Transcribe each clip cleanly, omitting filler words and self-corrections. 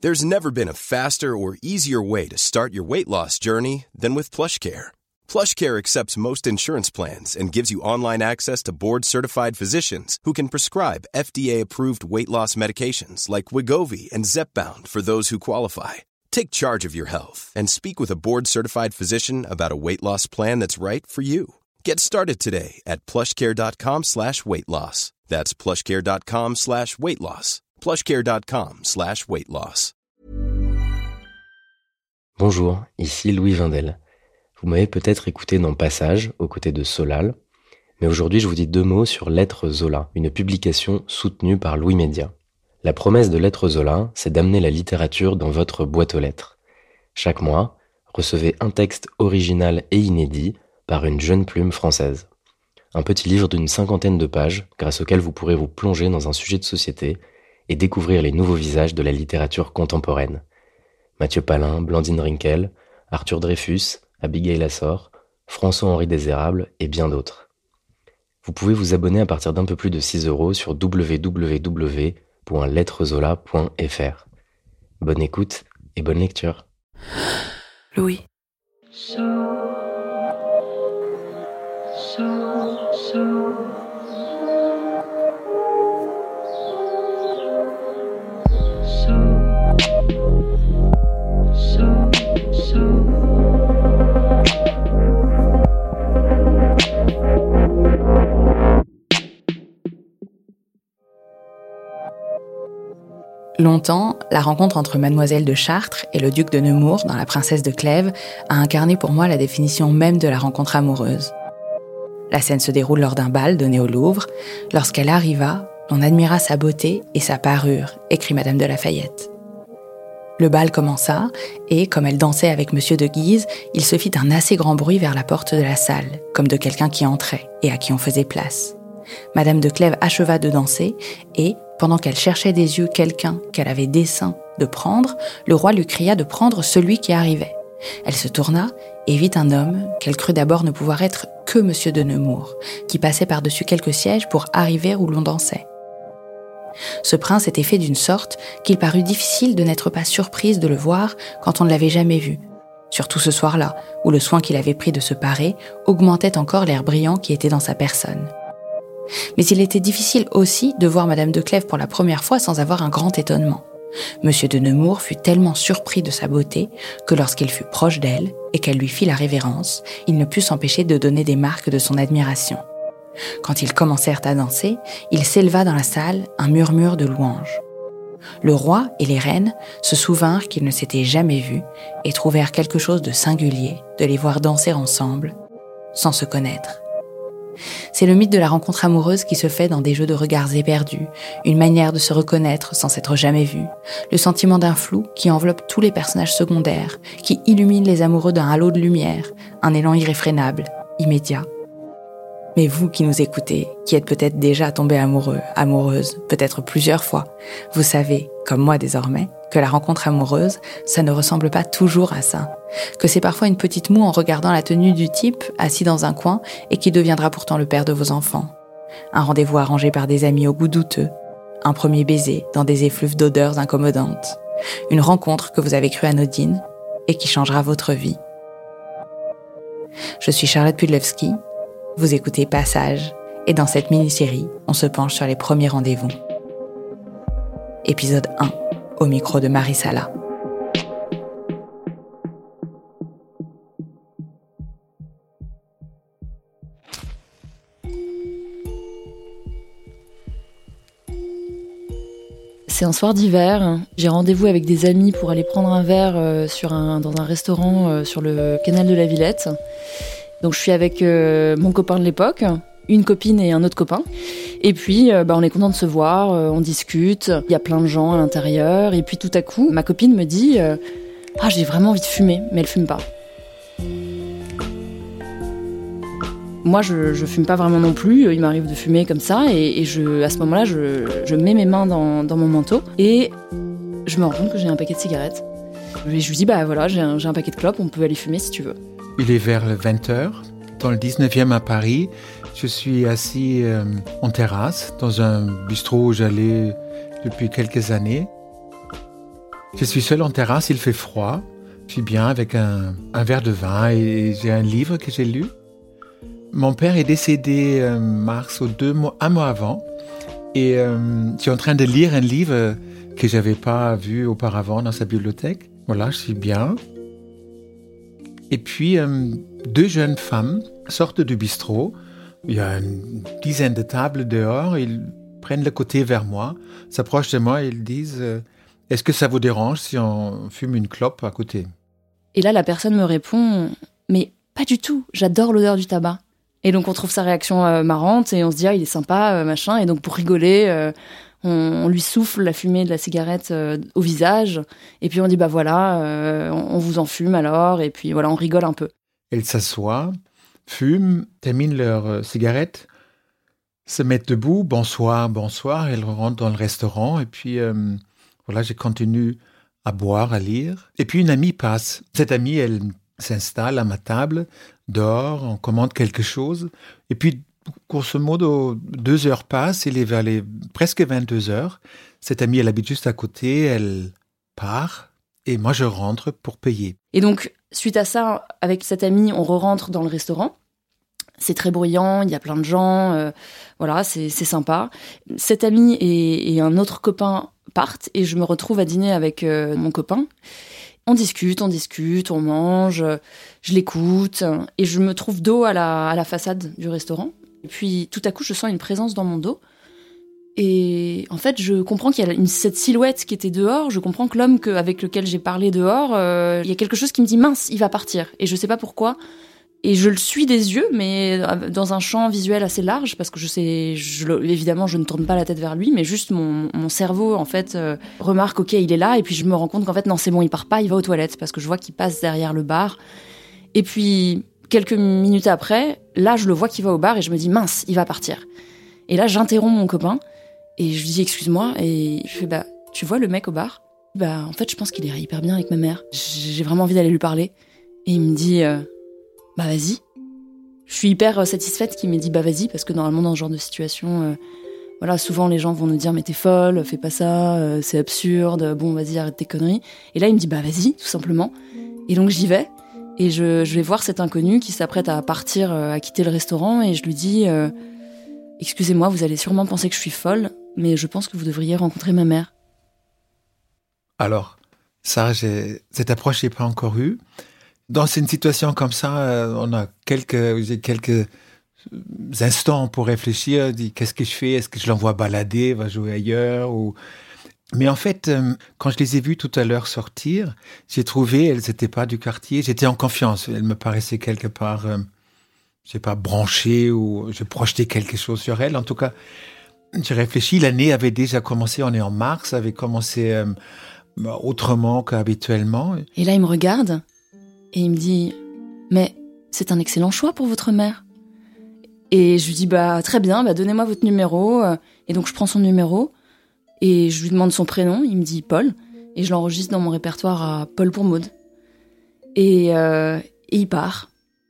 There's never been a faster or easier way to start your weight loss journey than with PlushCare. PlushCare accepts most insurance plans and gives you online access to board-certified physicians who can prescribe FDA-approved weight loss medications like Wegovy and Zepbound for those who qualify. Take charge of your health and speak with a board-certified physician about a weight loss plan that's right for you. Get started today at plushcare.com/weight loss. That's plushcare.com/weight loss. plushcare.com/weight loss. Bonjour, ici Louis Vindel. Vous m'avez peut-être écouté dans Passage, aux côtés de Solal, mais aujourd'hui je vous dis 2 mots sur Lettres Zola, une publication soutenue par Louis Média. La promesse de Lettres Zola, c'est d'amener la littérature dans votre boîte aux lettres. Chaque mois, recevez un texte original et inédit par une jeune plume française. Un petit livre d'une 50aine de pages, grâce auquel vous pourrez vous plonger dans un sujet de société et découvrir les nouveaux visages de la littérature contemporaine. Mathieu Palin, Blandine Rinkel, Arthur Dreyfus, Abigail Assor, François-Henri Désérable et bien d'autres. Vous pouvez vous abonner à partir d'un peu plus de 6 € sur www.lettreszola.fr. Bonne écoute et bonne lecture. Louis. Longtemps, la rencontre entre Mademoiselle de Chartres et le duc de Nemours dans La Princesse de Clèves a incarné pour moi la définition même de la rencontre amoureuse. La scène se déroule lors d'un bal donné au Louvre. Lorsqu'elle arriva, on admira sa beauté et sa parure, écrit Madame de Lafayette. Le bal commença et, comme elle dansait avec Monsieur de Guise, il se fit un assez grand bruit vers la porte de la salle, comme de quelqu'un qui entrait et à qui on faisait place. Madame de Clèves acheva de danser et, pendant qu'elle cherchait des yeux quelqu'un qu'elle avait dessein de prendre, le roi lui cria de prendre celui qui arrivait. Elle se tourna et vit un homme qu'elle crut d'abord ne pouvoir être que Monsieur de Nemours, qui passait par-dessus quelques sièges pour arriver où l'on dansait. Ce prince était fait d'une sorte qu'il parut difficile de n'être pas surprise de le voir quand on ne l'avait jamais vu, surtout ce soir-là, où le soin qu'il avait pris de se parer augmentait encore l'air brillant qui était dans sa personne. Mais il était difficile aussi de voir Madame de Clèves pour la première fois sans avoir un grand étonnement. Monsieur de Nemours fut tellement surpris de sa beauté que lorsqu'il fut proche d'elle et qu'elle lui fit la révérence, il ne put s'empêcher de donner des marques de son admiration. Quand ils commencèrent à danser, il s'éleva dans la salle un murmure de louanges. Le roi et les reines se souvinrent qu'ils ne s'étaient jamais vus et trouvèrent quelque chose de singulier de les voir danser ensemble, sans se connaître. C'est le mythe de la rencontre amoureuse qui se fait dans des jeux de regards éperdus, une manière de se reconnaître sans s'être jamais vu, le sentiment d'un flou qui enveloppe tous les personnages secondaires, qui illumine les amoureux d'un halo de lumière, un élan irréfrénable, immédiat. Mais vous qui nous écoutez, qui êtes peut-être déjà tombé amoureux, amoureuse, peut-être plusieurs fois, vous savez, comme moi désormais, que la rencontre amoureuse, ça ne ressemble pas toujours à ça. Que c'est parfois une petite moue en regardant la tenue du type assis dans un coin et qui deviendra pourtant le père de vos enfants. Un rendez-vous arrangé par des amis au goût douteux. Un premier baiser dans des effluves d'odeurs incommodantes. Une rencontre que vous avez crue anodine et qui changera votre vie. Je suis Charlotte Pudlewski. Vous écoutez Passage, et dans cette mini-série, on se penche sur les premiers rendez-vous. Épisode 1, au micro de Marie Sala. C'est un soir d'hiver, j'ai rendez-vous avec des amis pour aller prendre un verre dans un restaurant sur le canal de la Villette. Donc je suis avec mon copain de l'époque, une copine et un autre copain. Et puis on est content de se voir, on discute, il y a plein de gens à l'intérieur. Et puis tout à coup, ma copine me dit « j'ai vraiment envie de fumer », mais elle fume pas. Moi, je fume pas vraiment non plus, il m'arrive de fumer comme ça. Et à ce moment-là, je mets mes mains dans mon manteau et je me rends compte que j'ai un paquet de cigarettes. Et je lui dis « j'ai un paquet de clopes, on peut aller fumer si tu veux ». Il est vers 20h, dans le 19e à Paris. Je suis assis en terrasse, dans un bistrot où j'allais depuis quelques années. Je suis seul en terrasse, il fait froid. Je suis bien avec un verre de vin et j'ai un livre que j'ai lu. Mon père est décédé mars un mois avant. Et je suis en train de lire un livre que je n'avais pas vu auparavant dans sa bibliothèque. Voilà, je suis bien. Et puis, 2 jeunes femmes sortent du bistrot. Il y a une dizaine de tables dehors. Ils prennent le côté vers moi, s'approchent de moi et ils disent « Est-ce que ça vous dérange si on fume une clope à côté ?» Et là, la personne me répond « Mais pas du tout, j'adore l'odeur du tabac. » Et donc, on trouve sa réaction marrante et on se dit « Ah, il est sympa, machin. » Et donc, pour rigoler, on lui souffle la fumée de la cigarette au visage. Et puis, on dit « Bah voilà, on vous en fume alors. » Et puis, voilà, on rigole un peu. Elles s'assoient, fument, terminent leur cigarette, se mettent debout. Bonsoir, bonsoir. Elles rentrent dans le restaurant. Et puis, voilà, je continue à boire, à lire. Et puis, une amie passe. Cette amie, elle s'installe à ma table, dort, on commande quelque chose. Et puis, grosso modo, 2 heures passent, il est vers presque 22 heures. Cette amie, elle habite juste à côté, elle part, et moi, je rentre pour payer. Et donc, suite à ça, avec cette amie, on re-rentre dans le restaurant. C'est très bruyant, il y a plein de gens, voilà, c'est sympa. Cette amie et un autre copain partent, et je me retrouve à dîner avec mon copain. On discute, on mange, je l'écoute, et je me trouve dos à la façade du restaurant. Et puis, tout à coup, je sens une présence dans mon dos. Et en fait, je comprends qu'il y a cette silhouette qui était dehors. Je comprends que l'homme avec lequel j'ai parlé dehors, il y a quelque chose qui me dit « Mince, il va partir ». Et je sais pas pourquoi. Et je le suis des yeux, mais dans un champ visuel assez large, parce que évidemment, je ne tourne pas la tête vers lui, mais juste mon cerveau, en fait, remarque, ok, il est là, et puis je me rends compte qu'en fait, non, c'est bon, il part pas, il va aux toilettes, parce que je vois qu'il passe derrière le bar. Et puis, quelques minutes après, là, je le vois qu'il va au bar, et je me dis, mince, il va partir. Et là, j'interromps mon copain, et je lui dis, excuse-moi, et je fais, bah, tu vois le mec au bar? Bah, en fait, je pense qu'il irait hyper bien avec ma mère. J'ai vraiment envie d'aller lui parler. Et il me dit, bah vas-y. Je suis hyper satisfaite qu'il m'ait dit bah vas-y, parce que normalement dans ce genre de situation, voilà, souvent les gens vont nous dire mais t'es folle, fais pas ça, c'est absurde, bon vas-y arrête tes conneries. Et là il me dit bah vas-y, tout simplement. Et donc j'y vais, et je vais voir cet inconnu qui s'apprête à partir, à quitter le restaurant, et je lui dis excusez-moi, vous allez sûrement penser que je suis folle, mais je pense que vous devriez rencontrer ma mère. Alors, ça, cette approche, j'ai pas encore eue. Dans une situation comme ça, on a quelques instants pour réfléchir. Dit qu'est-ce que je fais? Est-ce que je l'envoie balader, va jouer ailleurs Mais en fait, quand je les ai vus tout à l'heure sortir, j'ai trouvé, elles n'étaient pas du quartier. J'étais en confiance. Elles me paraissaient quelque part, je sais pas, branchées, ou je projetais quelque chose sur elles. En tout cas, j'ai réfléchi. L'année avait déjà commencé. On est en mars, avait commencé autrement qu'habituellement. Et là, il me regarde. Et il me dit « Mais c'est un excellent choix pour votre mère. » Et je lui dis « Bah très bien, bah donnez-moi votre numéro. » Et donc je prends son numéro et je lui demande son prénom. Il me dit « Paul ». Et je l'enregistre dans mon répertoire à Paul pour Maud. Et il part.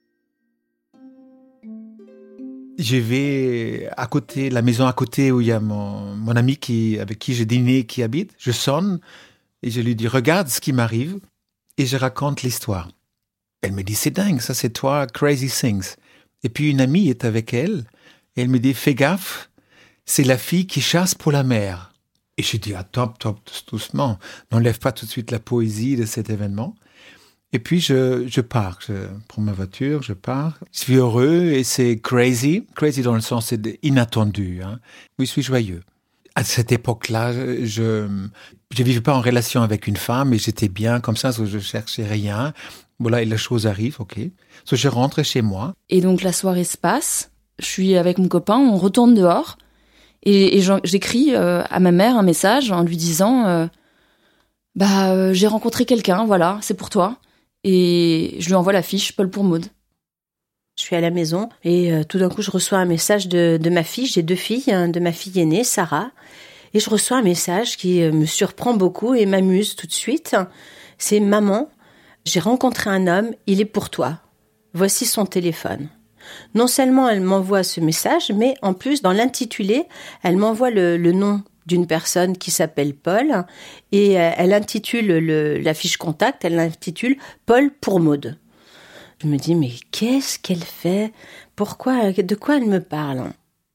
Je vais à côté, la maison à côté où il y a mon ami avec qui je dînais, qui habite. Je sonne et je lui dis « Regarde ce qui m'arrive ». Et je raconte l'histoire. Elle me dit, c'est dingue, ça c'est toi, Crazy Things. Et puis une amie est avec elle, et elle me dit, fais gaffe, c'est la fille qui chasse pour la mère. Et je dis, top, doucement, n'enlève pas tout de suite la poésie de cet événement. Et puis je pars, je prends ma voiture, je pars. Je suis heureux et c'est crazy dans le sens c'est inattendu. Hein. Oui, je suis joyeux. À cette époque-là, je vivais pas en relation avec une femme et j'étais bien comme ça, je cherchais rien. Voilà, et la chose arrive, ok. Je rentre chez moi. Et donc la soirée se passe, je suis avec mon copain, on retourne dehors et j'écris à ma mère un message en lui disant j'ai rencontré quelqu'un, voilà, c'est pour toi. Et je lui envoie la fiche Paul pour Maud. Je suis à la maison et tout d'un coup je reçois un message de ma fille. J'ai 2 filles, de ma fille aînée, Sarah. Et je reçois un message qui me surprend beaucoup et m'amuse tout de suite. C'est « Maman, j'ai rencontré un homme, il est pour toi. Voici son téléphone. » Non seulement elle m'envoie ce message, mais en plus dans l'intitulé, elle m'envoie le nom d'une personne qui s'appelle Paul et elle intitule la fiche contact, elle l'intitule Paul pour Maud. Je me dis, mais qu'est-ce qu'elle fait ? Pourquoi ? De quoi elle me parle ?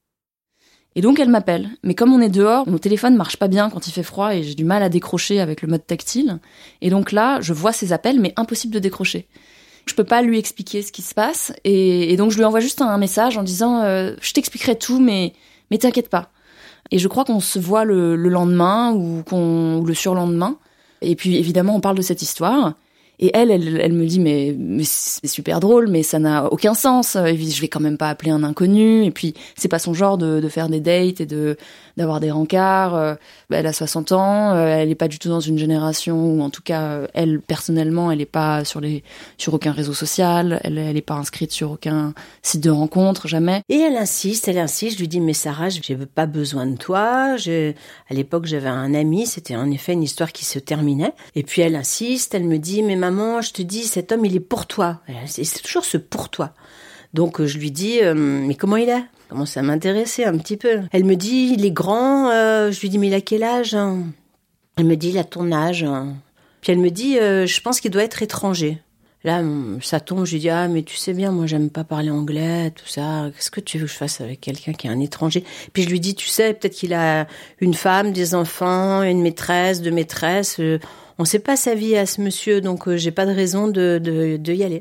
Et donc elle m'appelle. Mais comme on est dehors, mon téléphone marche pas bien quand il fait froid et j'ai du mal à décrocher avec le mode tactile. Et donc là, je vois ses appels, mais impossible de décrocher. Je peux pas lui expliquer ce qui se passe. Et donc je lui envoie juste un message en disant je t'expliquerai tout, mais t'inquiète pas. Et je crois qu'on se voit le lendemain ou le surlendemain. Et puis évidemment, on parle de cette histoire. Et elle me dit mais c'est super drôle, mais ça n'a aucun sens. Je vais quand même pas appeler un inconnu. Et puis c'est pas son genre de faire des dates et d'avoir des rencarts. Elle a 60 ans, elle est pas du tout dans une génération où en tout cas elle personnellement elle est pas sur aucun réseau social. Elle est pas inscrite sur aucun site de rencontre, jamais. Et elle insiste. Je lui dis mais Sarah, j'ai pas besoin de toi. À l'époque j'avais un ami, c'était en effet une histoire qui se terminait. Et puis elle insiste, elle me dit mais maman, je te dis, cet homme, il est pour toi. C'est toujours ce pour toi. Donc, je lui dis, mais comment il est ? Commence à m'intéresser un petit peu. Elle me dit, il est grand. Je lui dis, mais il a quel âge ? Elle me dit, il a ton âge. Puis elle me dit, je pense qu'il doit être étranger. Là, ça tombe, je lui dis, ah, mais tu sais bien, moi, j'aime pas parler anglais, tout ça. Qu'est-ce que tu veux que je fasse avec quelqu'un qui est un étranger ? Puis je lui dis, tu sais, peut-être qu'il a une femme, des enfants, une maîtresse, deux maîtresses. On sait pas sa vie à ce monsieur, donc j'ai pas de raison de y aller.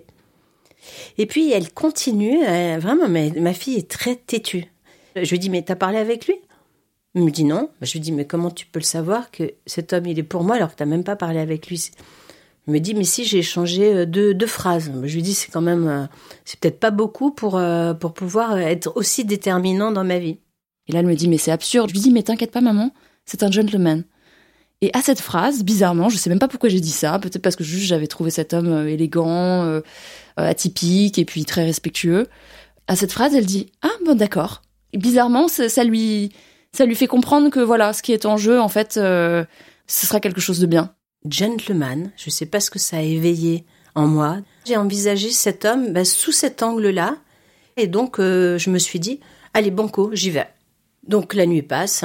Et puis elle continue, vraiment, ma fille est très têtue. Je lui dis, mais t'as parlé avec lui ? Elle me dit non. Je lui dis, mais comment tu peux le savoir que cet homme, il est pour moi alors que t'as même pas parlé avec lui ? Elle me dit, mais si, j'ai échangé deux phrases. Je lui dis, c'est quand même, c'est peut-être pas beaucoup pour pouvoir être aussi déterminant dans ma vie. Et là, elle me dit, mais c'est absurde. Je lui dis, mais t'inquiète pas, maman, c'est un gentleman. Et à cette phrase, bizarrement, je sais même pas pourquoi j'ai dit ça, peut-être parce que juste j'avais trouvé cet homme élégant, atypique et puis très respectueux. À cette phrase, elle dit « Ah, bon, d'accord ». Et bizarrement, ça lui fait comprendre que voilà, ce qui est en jeu, en fait, ce sera quelque chose de bien. Gentleman, je sais pas ce que ça a éveillé en moi. J'ai envisagé cet homme sous cet angle-là. Et donc, je me suis dit « Allez, banco, j'y vais ». Donc, la nuit passe.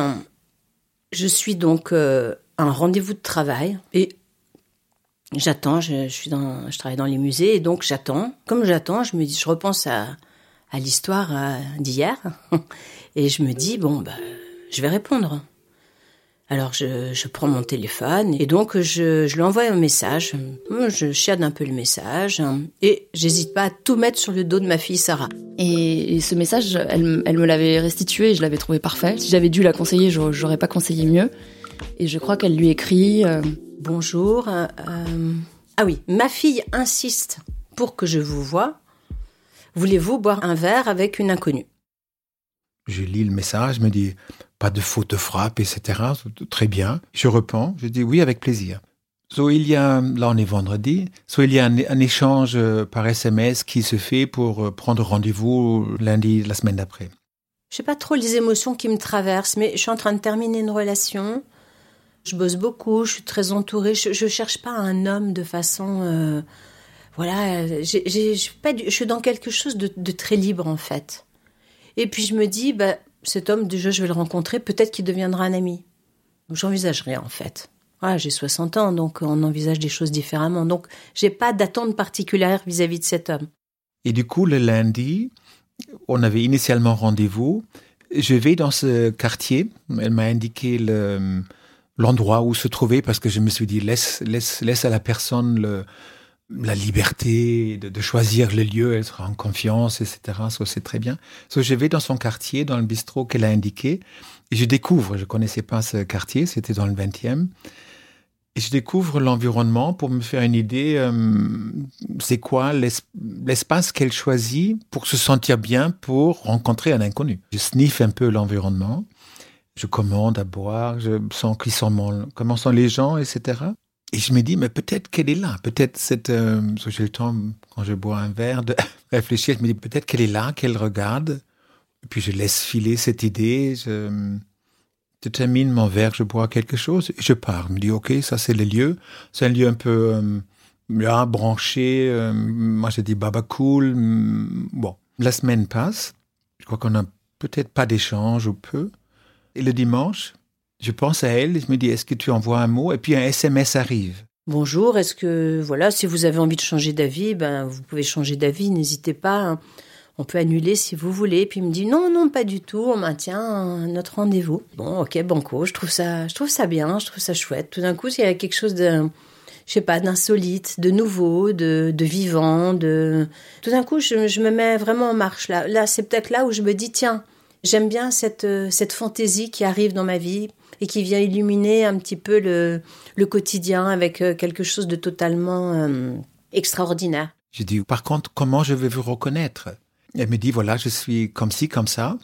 Je suis donc... un rendez-vous de travail et j'attends, je travaille dans les musées et donc j'attends. Comme j'attends, je repense à l'histoire d'hier et je me dis je vais répondre. Alors je prends mon téléphone et donc je lui envoie un message. Je chiade un peu le message et j'hésite pas à tout mettre sur le dos de ma fille Sarah. Et ce message, elle me l'avait restitué et je l'avais trouvé parfait. Si j'avais dû la conseiller, j'aurais pas conseillé mieux. Et je crois qu'elle lui écrit bonjour. Ah oui, ma fille insiste pour que je vous voie. Voulez-vous boire un verre avec une inconnue ? Je lis le message, je me dis pas de faute de frappe, etc. Très bien. Je réponds, je dis oui avec plaisir. Là on est vendredi, il y a un échange par SMS qui se fait pour prendre rendez-vous lundi la semaine d'après. Je sais pas trop les émotions qui me traversent, mais je suis en train de terminer une relation. Je bosse beaucoup, je suis très entourée. Je cherche pas un homme de façon, je suis dans quelque chose de très libre en fait. Et puis je me dis, cet homme déjà je vais le rencontrer, peut-être qu'il deviendra un ami. Donc j'envisage rien en fait. Voilà, j'ai 60 ans, donc on envisage des choses différemment. Donc j'ai pas d'attente particulière vis-à-vis de cet homme. Et du coup le lundi, on avait initialement rendez-vous. Je vais dans ce quartier. Elle m'a indiqué l'endroit où se trouver parce que je me suis dit laisse à la personne la liberté de choisir le lieu, elle sera en confiance, etc. Ça, c'est très bien. Je vais dans son quartier, dans le bistrot qu'elle a indiqué, et je découvre, je connaissais pas ce quartier, c'était dans le 20e, et je découvre l'environnement pour me faire une idée, c'est quoi l'espace qu'elle choisit pour se sentir bien, pour rencontrer un inconnu. Je sniffe un peu l'environnement, je commande à boire, je sens comment sont les gens, etc. Et je me dis, mais peut-être qu'elle est là. Peut-être j'ai le temps, quand je bois un verre, de réfléchir. Je me dis, peut-être qu'elle est là, qu'elle regarde. Et puis je laisse filer cette idée. Je termine mon verre, je bois quelque chose et je pars. Je me dis, ok, ça c'est le lieu. C'est un lieu un peu branché. Moi, je dis baba cool. Bon, la semaine passe. Je crois qu'on n'a peut-être pas d'échange ou peu. Et le dimanche, Je pense à elle et je me dis, est-ce que tu envoies un mot? Et puis un SMS arrive. Bonjour, est-ce que, si vous avez envie de changer d'avis, vous pouvez changer d'avis, n'hésitez pas, hein. On peut annuler si vous voulez. Puis il me dit, non, pas du tout, on maintient notre rendez-vous. Bon, ok, banco, je trouve ça bien, je trouve ça chouette. Tout d'un coup, il y a quelque chose d'insolite, de nouveau, de vivant, Tout d'un coup, je me mets vraiment en marche, là. Là, c'est peut-être là où je me dis, tiens, j'aime bien cette fantaisie qui arrive dans ma vie et qui vient illuminer un petit peu le quotidien avec quelque chose de totalement extraordinaire. J'ai dit, par contre, comment je vais vous reconnaître? Elle me dit, voilà, je suis comme ci, comme ça.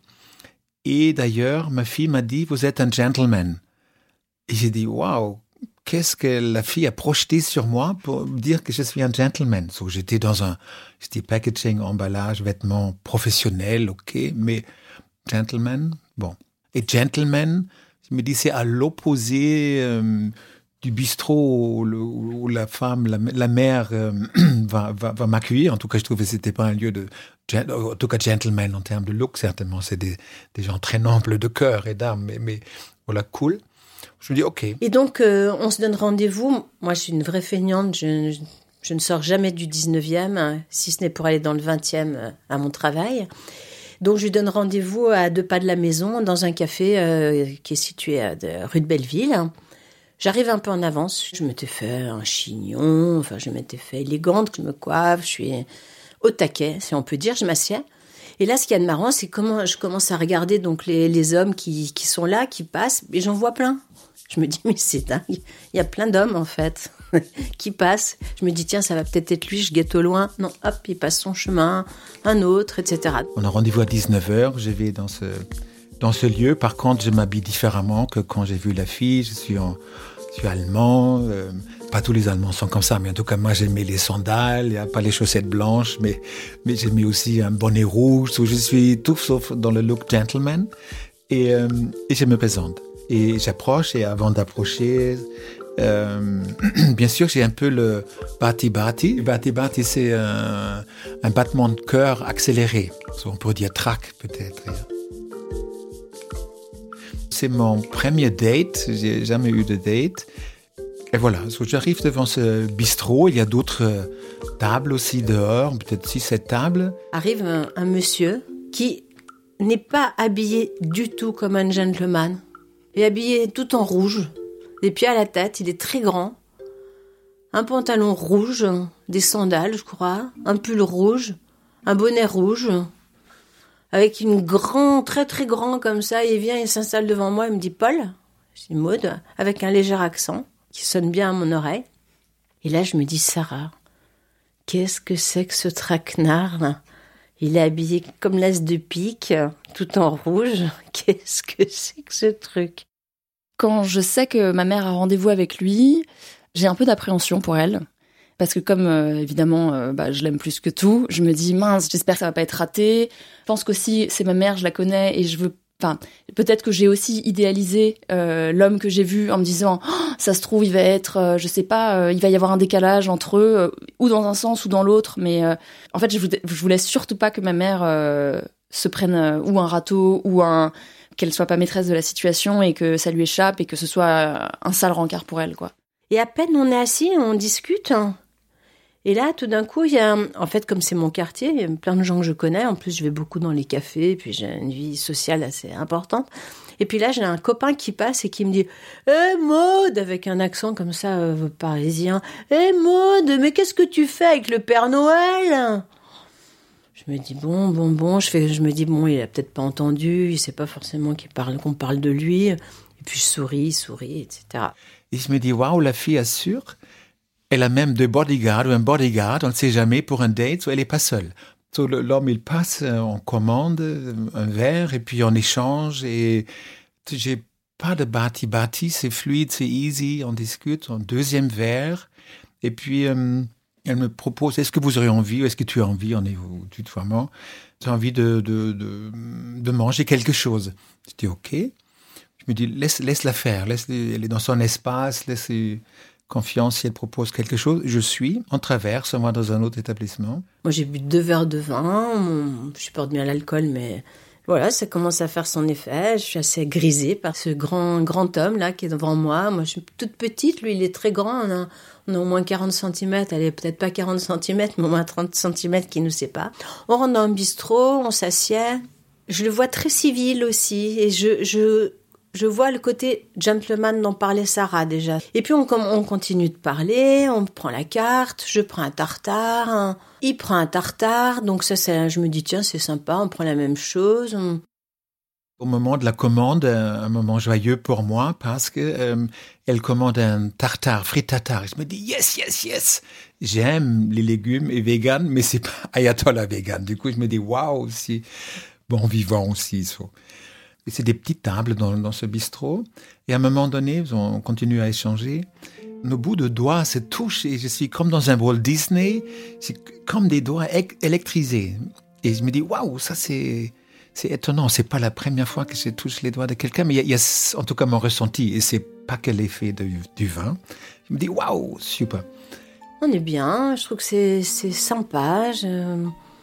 Et d'ailleurs, ma fille m'a dit, vous êtes un gentleman. Et j'ai dit, waouh, qu'est-ce que la fille a projeté sur moi pour me dire que je suis un gentleman? So, j'étais packaging, emballage, vêtements professionnels, ok, mais gentleman, bon. Et gentleman, je me dis, c'est à l'opposé du bistrot où la femme, la mère va m'accueillir. En tout cas, je trouvais que c'était pas un lieu en tout cas gentleman en termes de look, certainement. C'est des gens très nobles de cœur et d'âme, mais voilà, cool. Je me dis, ok. Et donc, on se donne rendez-vous. Moi, je suis une vraie feignante. Je ne sors jamais du 19e, si ce n'est pour aller dans le 20e à mon travail. Donc, je lui donne rendez-vous à 2 pas de la maison, dans un café qui est situé rue de Belleville. J'arrive un peu en avance. Je m'étais fait un chignon, je m'étais fait élégante, je me coiffe, je suis au taquet, si on peut dire, je m'assieds. Et là, ce qu'il y a de marrant, c'est comment je commence à regarder donc les hommes qui sont là, qui passent, et j'en vois plein. Je me dis, mais c'est dingue, il y a plein d'hommes, en fait, qui passent. Je me dis, tiens, ça va peut-être être lui, je guette au loin. Non, hop, il passe son chemin, un autre, etc. On a rendez-vous à 19h, je vais dans ce lieu. Par contre, je m'habille différemment que quand j'ai vu la fille. Je suis allemand. Pas tous les Allemands sont comme ça, mais en tout cas, moi, j'aimais les sandales, il n'y a pas les chaussettes blanches, mais j'aimais aussi un bonnet rouge. Je suis tout sauf dans le look gentleman. Et je me présente. Et j'approche, et avant d'approcher, bien sûr, j'ai un peu le bati-bati. Bati-bati, c'est un battement de cœur accéléré. On pourrait dire trac, peut-être. C'est mon premier date, j'ai jamais eu de date. Et voilà, j'arrive devant ce bistrot, il y a d'autres tables aussi dehors, peut-être 6-7 tables. Arrive un monsieur qui n'est pas habillé du tout comme un gentleman. Il est habillé tout en rouge, des pieds à la tête, il est très grand. Un pantalon rouge, des sandales, je crois, un pull rouge, un bonnet rouge, avec une très très grand comme ça. Il vient, il s'installe devant moi, il me dit « Paul », je dis « Maud », avec un léger accent qui sonne bien à mon oreille. Et là, je me dis « Sarah, qu'est-ce que c'est que ce traquenard ? Il est habillé comme l'as de pique, tout en rouge. Qu'est-ce que c'est que ce truc ?» Quand je sais que ma mère a rendez-vous avec lui, j'ai un peu d'appréhension pour elle. Parce que comme, évidemment, je l'aime plus que tout, je me dis, mince, j'espère que ça va pas être raté. Je pense qu'aussi, c'est ma mère, je la connais, et je veux... peut-être que j'ai aussi idéalisé l'homme que j'ai vu en me disant, oh, ça se trouve, il va être, il va y avoir un décalage entre eux, ou dans un sens ou dans l'autre. Mais en fait, je voulais surtout pas que ma mère se prenne ou un râteau, ou qu'elle soit pas maîtresse de la situation, et que ça lui échappe, et que ce soit un sale rencard pour elle, quoi. Et à peine on est assis, on discute. Et là, tout d'un coup, il y a... En fait, comme c'est mon quartier, il y a plein de gens que je connais. En plus, je vais beaucoup dans les cafés, puis j'ai une vie sociale assez importante. Et puis là, j'ai un copain qui passe et qui me dit « Maud !» avec un accent comme ça, parisien. « Maud, mais qu'est-ce que tu fais avec le Père Noël ?» Je me dis bon. Je me dis bon, il a peut-être pas entendu, il sait pas forcément qu'on parle de lui. Et puis je souris, etc. Et je me dis waouh, la fille assure. Elle a même deux bodyguards ou un bodyguard, on ne sait jamais, pour un date, où elle n'est pas seule. L'homme, il passe, on commande un verre et puis on échange. Et j'ai pas de bati-bati, c'est fluide, c'est easy, on discute. Un deuxième verre. Et puis, elle me propose, est-ce que vous aurez envie, ou est-ce que tu as envie, on est au tutoiement, j'ai envie de manger quelque chose. Je dis ok. Je me dis, laisse-la faire, elle est dans son espace, laisse-la confiance si elle propose quelque chose. Je suis, on traverse, on va dans un autre établissement. Moi, j'ai bu 2 verres de vin, je supporte bien l'alcool, mais Voilà, ça commence à faire son effet. Je suis assez grisée par ce grand homme là qui est devant moi. Moi, je suis toute petite. Lui, il est très grand. On a au moins 40 cm. Allez, peut-être pas 40 cm, mais au moins 30 cm qui nous séparent. On rentre dans un bistrot, on s'assied. Je le vois très civil aussi. Et je vois le côté gentleman dont parlait Sarah déjà. Et puis on continue de parler, on prend la carte, je prends un tartare, il prend un tartare, donc je me dis tiens c'est sympa, on prend la même chose. Au moment de la commande, un moment joyeux pour moi parce que elle commande un tartare, frites tartare. Et je me dis yes. J'aime les légumes et vegan, mais c'est pas ayatollah vegan. Du coup je me dis waouh, si bon vivant aussi. So. Et c'est des petites tables dans ce bistrot. Et à un moment donné, on continue à échanger. Nos bouts de doigts se touchent et je suis comme dans un Walt Disney. C'est comme des doigts électrisés. Et je me dis, waouh, ça c'est étonnant. C'est pas la première fois que je touche les doigts de quelqu'un, mais il y a en tout cas mon ressenti. Et c'est pas que l'effet du vin. Je me dis, waouh, super. On est bien. Je trouve que c'est sympa. Je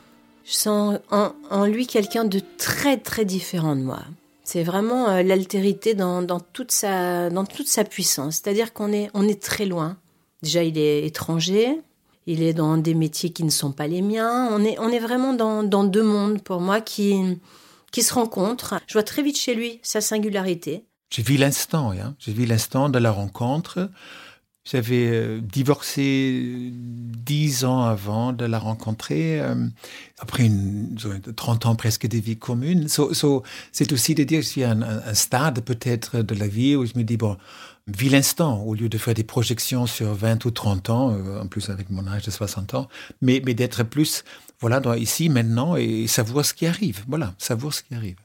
sens en lui quelqu'un de très, très différent de moi. C'est vraiment l'altérité dans toute sa puissance. C'est-à-dire qu'on est très loin. Déjà, il est étranger. Il est dans des métiers qui ne sont pas les miens. On est vraiment dans deux mondes, pour moi, qui se rencontrent. Je vois très vite chez lui sa singularité. J'ai vu l'instant, J'ai vu l'instant de la rencontre. J'avais divorcé 10 ans avant de la rencontrer, après 30 ans presque de vie commune. C'est aussi de dire que je suis à un stade peut-être de la vie où je me dis, bon, vis l'instant, au lieu de faire des projections sur 20 ou 30 ans, en plus avec mon âge de 60 ans, mais d'être plus, voilà, ici, maintenant, et savoir ce qui arrive. Voilà, savoir ce qui arrive.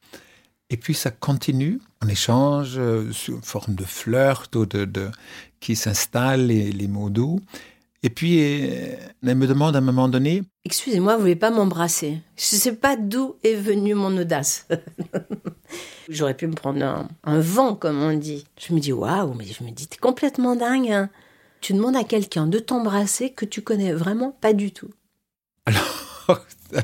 Et puis ça continue, on échange sous forme de flirt ou qui s'installe, les mots doux. Et puis elle me demande à un moment donné... Excusez-moi, vous ne voulez pas m'embrasser? Je ne sais pas d'où est venue mon audace. J'aurais pu me prendre un vent, comme on dit. Je me dis, waouh, mais je me dis, t'es complètement dingue. Hein. Tu demandes à quelqu'un de t'embrasser que tu connais vraiment pas du tout. Alors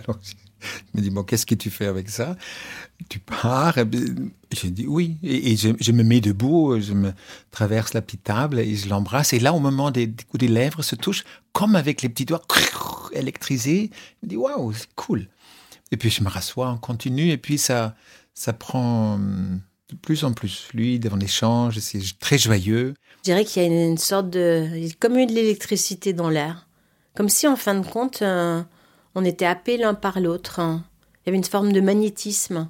je me dis, bon, qu'est-ce que tu fais avec ça? Tu pars? Je dis oui. Et je me mets debout, je me traverse la petite table et je l'embrasse. Et là, au moment des coups des lèvres se touchent, comme avec les petits doigts électrisés. Je me dis, waouh, c'est cool. Et puis, je me rassois, on continue. Et puis, ça prend de plus en plus fluide, on échange, c'est très joyeux. Je dirais qu'il y a une sorte comme de l'électricité dans l'air. Comme si, en fin de compte, on était happés l'un par l'autre. Il y avait une forme de magnétisme.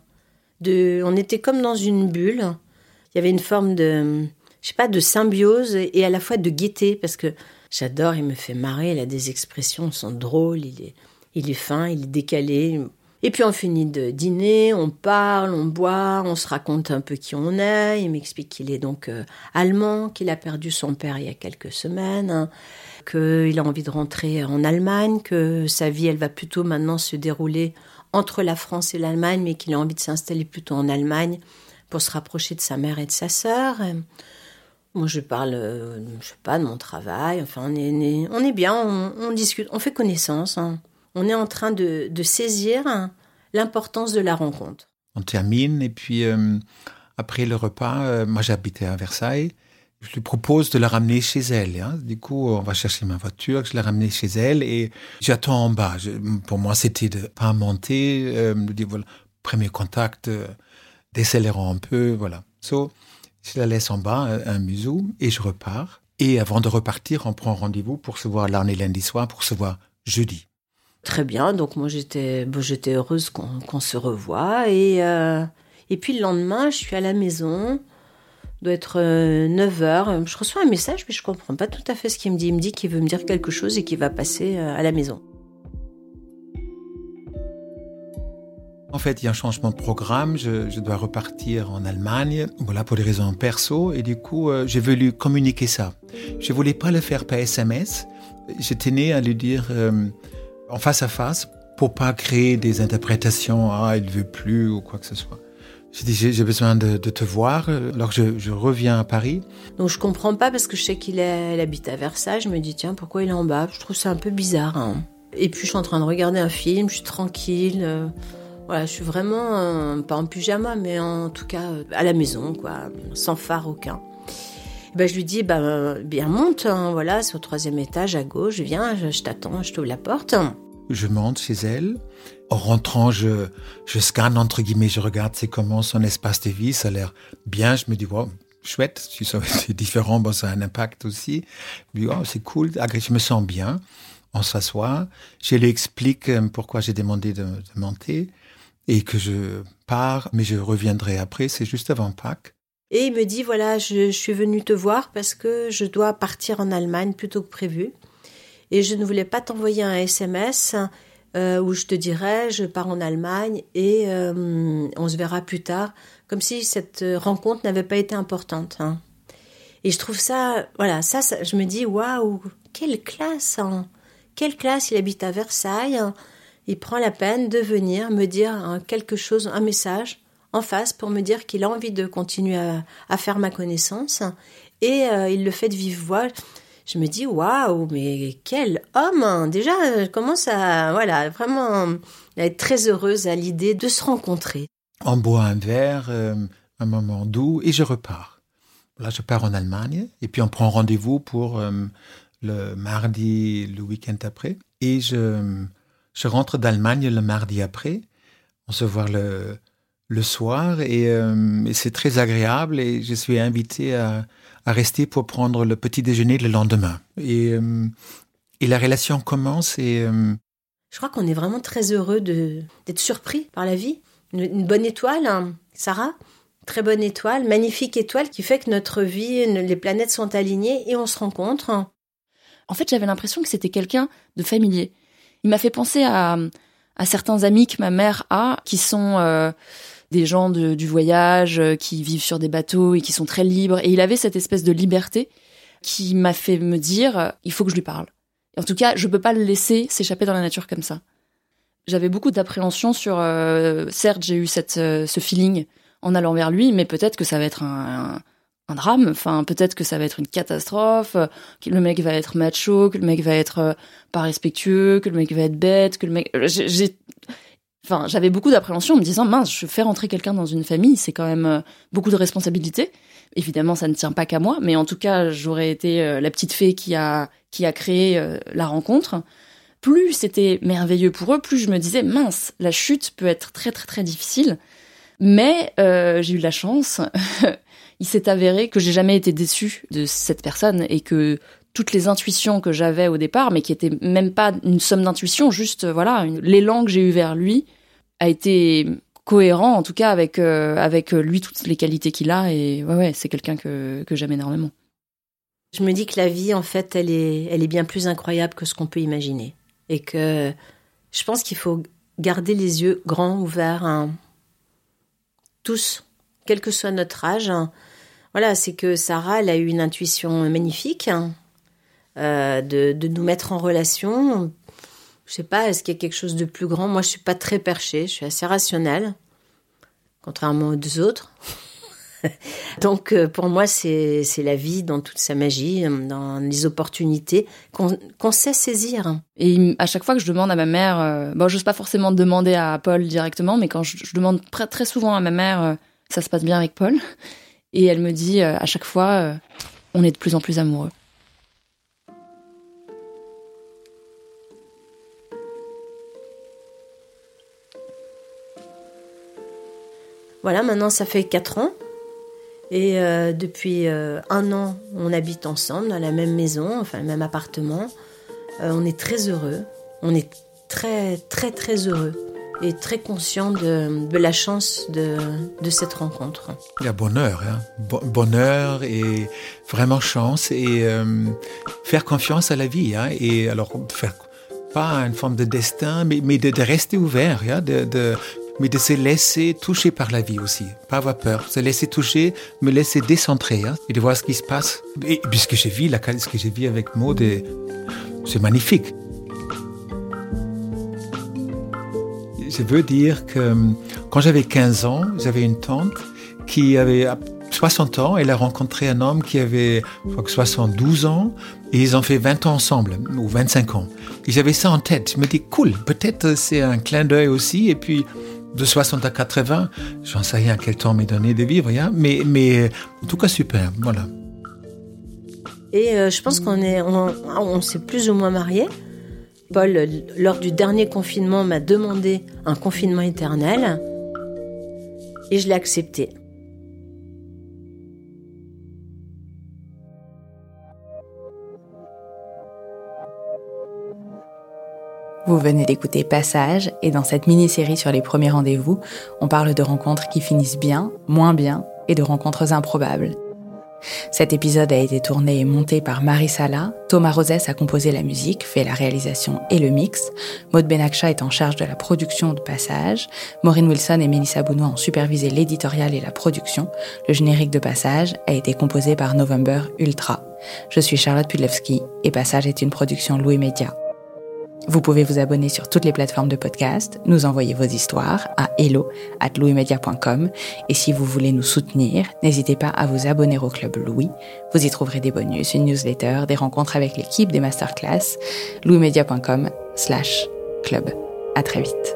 On était comme dans une bulle. Il y avait une forme de symbiose et à la fois de gaieté, parce que j'adore, il me fait marrer, il a des expressions qui sont drôles, il est fin, il est décalé. Et puis on finit de dîner, on parle, on boit, on se raconte un peu qui on est. Il m'explique qu'il est donc allemand, qu'il a perdu son père il y a quelques semaines, qu'il a envie de rentrer en Allemagne, que sa vie, elle va plutôt maintenant se dérouler entre la France et l'Allemagne, mais qu'il a envie de s'installer plutôt en Allemagne pour se rapprocher de sa mère et de sa sœur. Moi, je parle, je sais pas, de mon travail. Enfin, on est bien, on discute, on fait connaissance. Hein. On est en train de saisir l'importance de la rencontre. On termine et puis après le repas, moi j'habitais à Versailles. Je lui propose de la ramener chez elle. Hein. Du coup, on va chercher ma voiture, je la ramenais chez elle et j'attends en bas. Pour moi, c'était de pas monter, de dire voilà, premier contact, décélérant un peu, voilà. Je la laisse en bas, un museau, et je repars. Et avant de repartir, on prend rendez-vous pour se voir. Là, on est lundi soir pour se voir jeudi. Très bien. Donc moi, j'étais heureuse qu'on se revoie. Et puis le lendemain, je suis à la maison. Doit être 9h. Je reçois un message, mais je comprends pas tout à fait ce qu'il me dit. Il me dit qu'il veut me dire quelque chose et qu'il va passer à la maison. En fait, il y a un changement de programme. Je dois repartir en Allemagne, voilà, pour des raisons perso. Et du coup, j'ai voulu communiquer ça. Je voulais pas le faire par SMS. Je tenais à lui dire en face à face pour pas créer des interprétations. Ah, il veut plus ou quoi que ce soit. J'ai dit, j'ai besoin de te voir. Alors je reviens à Paris. Donc je comprends pas parce que je sais qu'il habite à Versailles. Je me dis, tiens, pourquoi il est en bas? Je trouve ça un peu bizarre. Hein. Et puis je suis en train de regarder un film, je suis tranquille. Voilà, je suis vraiment, pas en pyjama, mais en tout cas à la maison, quoi, sans phare aucun. Je lui dis, bien monte, hein, voilà, c'est au 3e étage à gauche, viens, je t'attends, je t'ouvre la porte. Je monte chez elle. En rentrant, je scanne, entre guillemets, je regarde c'est comment son espace de vie, ça a l'air bien. Je me dis, wow, chouette, si c'est différent, ça a un impact aussi. Je me dis, oh, c'est cool, je me sens bien. On s'assoit, je lui explique pourquoi j'ai demandé de monter et que je pars, mais je reviendrai après, c'est juste avant Pâques. Et il me dit, voilà, je suis venue te voir parce que je dois partir en Allemagne plus tôt que prévu. Et je ne voulais pas t'envoyer un SMS où je te dirais, je pars en Allemagne et on se verra plus tard, comme si cette rencontre n'avait pas été importante. Hein. Et je trouve ça, voilà, ça je me dis, waouh, quelle classe, hein. Quelle classe, il habite à Versailles, hein. Il prend la peine de venir me dire quelque chose, un message en face pour me dire qu'il a envie de continuer à faire ma connaissance et il le fait de vive voix. Je me dis waouh, mais quel homme, hein. Déjà, je commence à vraiment être très heureuse à l'idée de se rencontrer. On boit un verre, un moment doux et je repars. Là, je pars en Allemagne et puis on prend rendez-vous pour le mardi, le week-end après. Et je rentre d'Allemagne le mardi après. On se voit le soir et c'est très agréable et je suis invité à rester pour prendre le petit déjeuner le lendemain. Et la relation commence et... Je crois qu'on est vraiment très heureux d'être surpris par la vie. Une bonne étoile, hein, Sarah, très bonne étoile, magnifique étoile qui fait que notre vie, les planètes sont alignées et on se rencontre. En fait, j'avais l'impression que c'était quelqu'un de familier. Il m'a fait penser à certains amis que ma mère a, qui sont des gens du voyage, qui vivent sur des bateaux et qui sont très libres. Et il avait cette espèce de liberté qui m'a fait me dire, il faut que je lui parle. Et en tout cas, je peux pas le laisser s'échapper dans la nature comme ça. J'avais beaucoup d'appréhension sur... certes, j'ai eu ce feeling en allant vers lui, mais peut-être que ça va être un drame. Enfin, peut-être que ça va être une catastrophe, que le mec va être macho, que le mec va être pas respectueux, que le mec va être bête, que le mec... j'avais beaucoup d'appréhension en me disant, mince, je fais rentrer quelqu'un dans une famille, c'est quand même beaucoup de responsabilités. Évidemment, ça ne tient pas qu'à moi, mais en tout cas, j'aurais été la petite fée qui a créé la rencontre. Plus c'était merveilleux pour eux, plus je me disais, mince, la chute peut être très très très difficile. Mais j'ai eu de la chance. Il s'est avéré que j'ai jamais été déçue de cette personne et que toutes les intuitions que j'avais au départ, mais qui étaient même pas une somme d'intuitions, juste l'élan que j'ai eu vers lui a été cohérent, en tout cas avec lui, toutes les qualités qu'il a. Et ouais, c'est quelqu'un que j'aime énormément. Je me dis que la vie, en fait, elle est bien plus incroyable que ce qu'on peut imaginer. Et que je pense qu'il faut garder les yeux grands, ouverts, hein, tous, quel que soit notre âge. Hein. Voilà, c'est que Sarah, elle a eu une intuition magnifique, hein, de nous mettre en relation. Je sais pas, est-ce qu'il y a quelque chose de plus grand ? Moi, je suis pas très perchée, je suis assez rationnelle, contrairement aux autres. Donc, pour moi, c'est la vie dans toute sa magie, dans les opportunités qu'on sait saisir. Et à chaque fois que je demande à ma mère, j'ose pas forcément demander à Paul directement, mais quand je demande très souvent à ma mère, ça se passe bien avec Paul, et elle me dit à chaque fois, on est de plus en plus amoureux. Voilà, maintenant ça fait 4 ans. Et depuis 1 an, on habite ensemble dans la même maison, enfin le même appartement. On est très heureux. On est très, très, très heureux. Et très conscient de la chance de cette rencontre. Il y a bonheur, hein. Bonheur et vraiment chance. Et faire confiance à la vie. Hein. Et alors, faire pas une forme de destin, mais de rester ouvert. Hein, mais de se laisser toucher par la vie aussi, pas avoir peur, se laisser toucher, me laisser décentrer, hein, et de voir ce qui se passe. Et puisque ce que j'ai vu avec Maud, c'est magnifique. Je veux dire que quand j'avais 15 ans, j'avais une tante qui avait 60 ans, elle a rencontré un homme qui avait, je crois que 72 ans, et ils ont fait 20 ans ensemble, ou 25 ans. Et j'avais ça en tête. Je me dis, cool, peut-être c'est un clin d'œil aussi, et puis De 60 à 80, j'en sais rien quel temps m'est donné de vivre, hein, mais en tout cas super, voilà. Et je pense on s'est plus ou moins mariés. Paul, lors du dernier confinement, m'a demandé un confinement éternel et je l'ai accepté. Vous venez d'écouter Passage, et dans cette mini-série sur les premiers rendez-vous, on parle de rencontres qui finissent bien, moins bien, et de rencontres improbables. Cet épisode a été tourné et monté par Marie Sala, Thomas Rosès a composé la musique, fait la réalisation et le mix, Maud Benakcha est en charge de la production de Passage, Maureen Wilson et Mélissa Bounois ont supervisé l'éditorial et la production, le générique de Passage a été composé par November Ultra. Je suis Charlotte Pudlewski, et Passage est une production Louis Média. Vous pouvez vous abonner sur toutes les plateformes de podcast, nous envoyer vos histoires à hello@louismedia.com et si vous voulez nous soutenir, n'hésitez pas à vous abonner au Club Louis. Vous y trouverez des bonus, une newsletter, des rencontres avec l'équipe, des masterclass. louismedia.com/club. À très vite.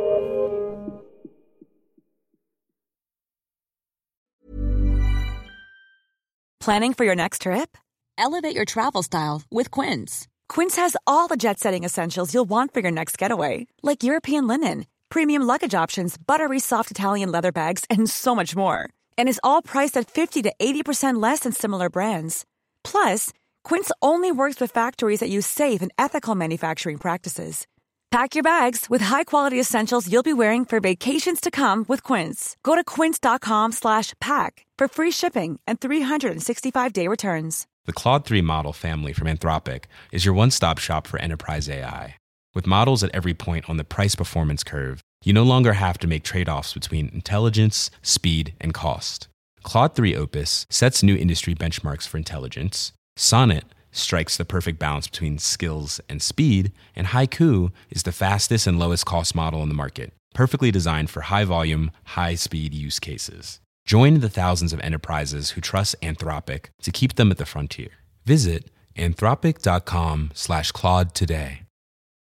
Planning for your next trip? Elevate your travel style with Quince. Quince has all the jet-setting essentials you'll want for your next getaway, like European linen, premium luggage options, buttery soft Italian leather bags, and so much more. And is all priced at 50 to 80% less than similar brands. Plus, Quince only works with factories that use safe and ethical manufacturing practices. Pack your bags with high-quality essentials you'll be wearing for vacations to come with Quince. Go to quince.com/pack for free shipping and 365-day returns. The Claude 3 model family from Anthropic is your one-stop shop for enterprise AI. With models at every point on the price-performance curve, you no longer have to make trade-offs between intelligence, speed, and cost. Claude 3 Opus sets new industry benchmarks for intelligence. Sonnet strikes the perfect balance between skills and speed. And Haiku is the fastest and lowest cost model in the market, perfectly designed for high-volume, high-speed use cases. Join the thousands of enterprises who trust Anthropic to keep them at the frontier. Visit anthropic.com/Claude today.